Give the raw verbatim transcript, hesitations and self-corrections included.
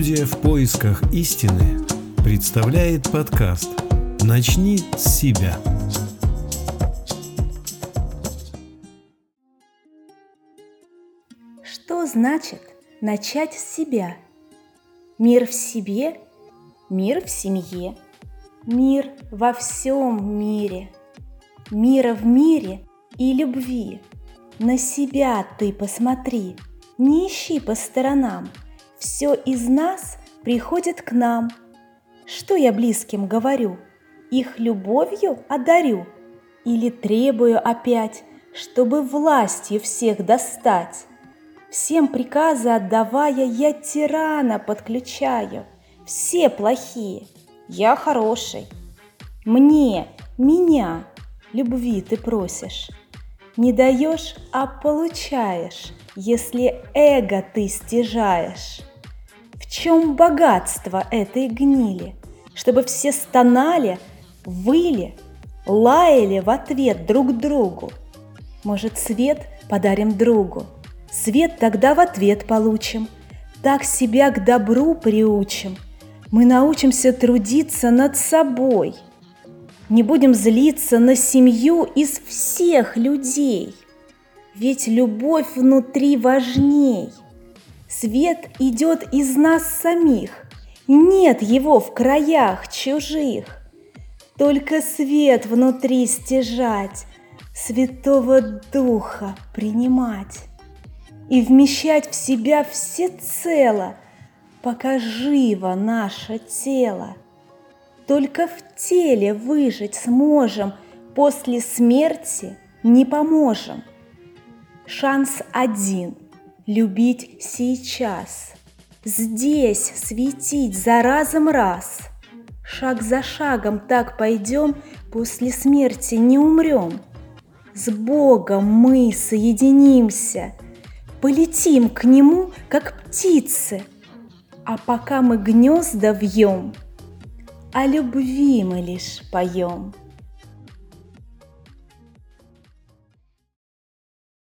Студия «В поисках истины» представляет подкаст «Начни с себя». Что значит начать с себя? Мир в себе, мир в семье, мир во всем мире, мира в мире и любви. На себя ты посмотри, не ищи по сторонам, все из нас приходит к нам. Что я близким говорю? Их любовью одарю? Или требую опять, чтобы властью всех достать? Всем приказы отдавая, я тирана подключаю. Все плохие, я хороший. Мне, меня, любви ты просишь. Не даешь, а получаешь, если эго ты стяжаешь. В чем богатство этой гнили? Чтобы все стонали, выли, лаяли в ответ друг другу. Может, свет подарим другу? Свет тогда в ответ получим. Так себя к добру приучим. Мы научимся трудиться над собой. Не будем злиться на семью из всех людей. Ведь любовь внутри важней. Свет идет из нас самих. Нет его в краях чужих. Только свет внутри стяжать, Святого Духа принимать и вмещать в себя всецело, пока живо наше тело. Только в теле выжить сможем, после смерти не поможем. Шанс один – любить сейчас, здесь светить за разом раз. Шаг за шагом так пойдем, после смерти не умрем. С Богом мы соединимся, полетим к Нему, как птицы, а пока мы гнезда вьем, о любви мы лишь поем.